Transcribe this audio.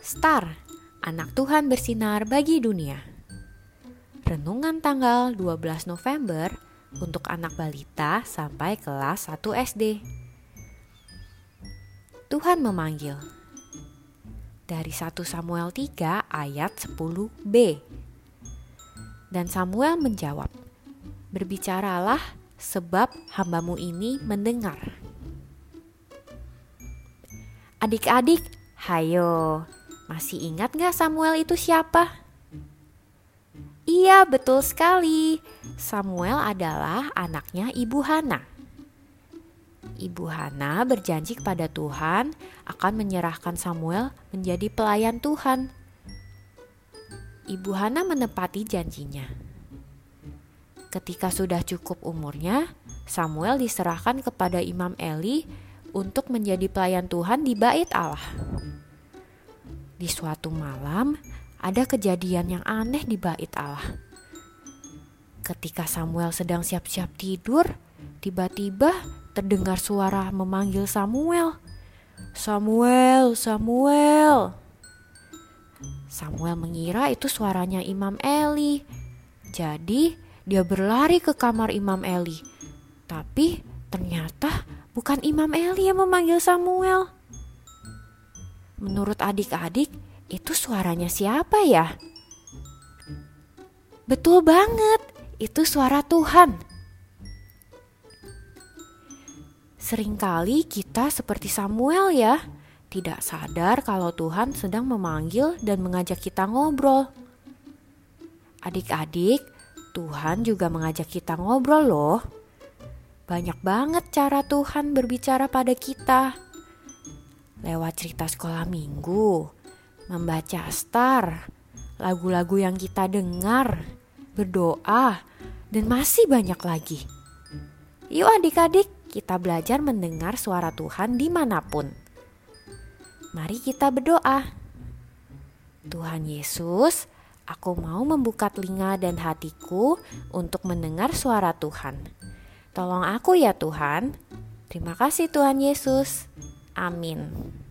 Star, anak Tuhan bersinar bagi dunia. Renungan tanggal 12 November untuk anak balita sampai kelas 1 SD. Tuhan memanggil. Dari 1 Samuel 3 ayat 10b. Dan Samuel menjawab, "Berbicaralah sebab hambamu ini mendengar." Adik-adik, hayo, masih ingat gak Samuel itu siapa? Iya, betul sekali. Samuel adalah anaknya Ibu Hana. Ibu Hana berjanji kepada Tuhan akan menyerahkan Samuel menjadi pelayan Tuhan. Ibu Hana menepati janjinya. Ketika sudah cukup umurnya, Samuel diserahkan kepada Imam Eli untuk menjadi pelayan Tuhan di Bait Allah. Di suatu malam, ada kejadian yang aneh di Bait Allah. Ketika Samuel sedang siap-siap tidur, tiba-tiba terdengar suara memanggil Samuel. "Samuel, Samuel." Samuel mengira itu suaranya Imam Eli. Jadi, dia berlari ke kamar Imam Eli. Tapi ternyata bukan Imam Eli yang memanggil Samuel. Menurut adik-adik, itu suaranya siapa ya? Betul banget, itu suara Tuhan. Seringkali kita seperti Samuel ya, tidak sadar kalau Tuhan sedang memanggil dan mengajak kita ngobrol. Adik-adik, Tuhan juga mengajak kita ngobrol loh. Banyak banget cara Tuhan berbicara pada kita. Lewat cerita sekolah minggu, membaca Star, lagu-lagu yang kita dengar, berdoa, dan masih banyak lagi. Yuk adik-adik, kita belajar mendengar suara Tuhan dimanapun. Mari kita berdoa. Tuhan Yesus, aku mau membuka telinga dan hatiku untuk mendengar suara Tuhan. Tolong aku ya Tuhan. Terima kasih Tuhan Yesus. Amin.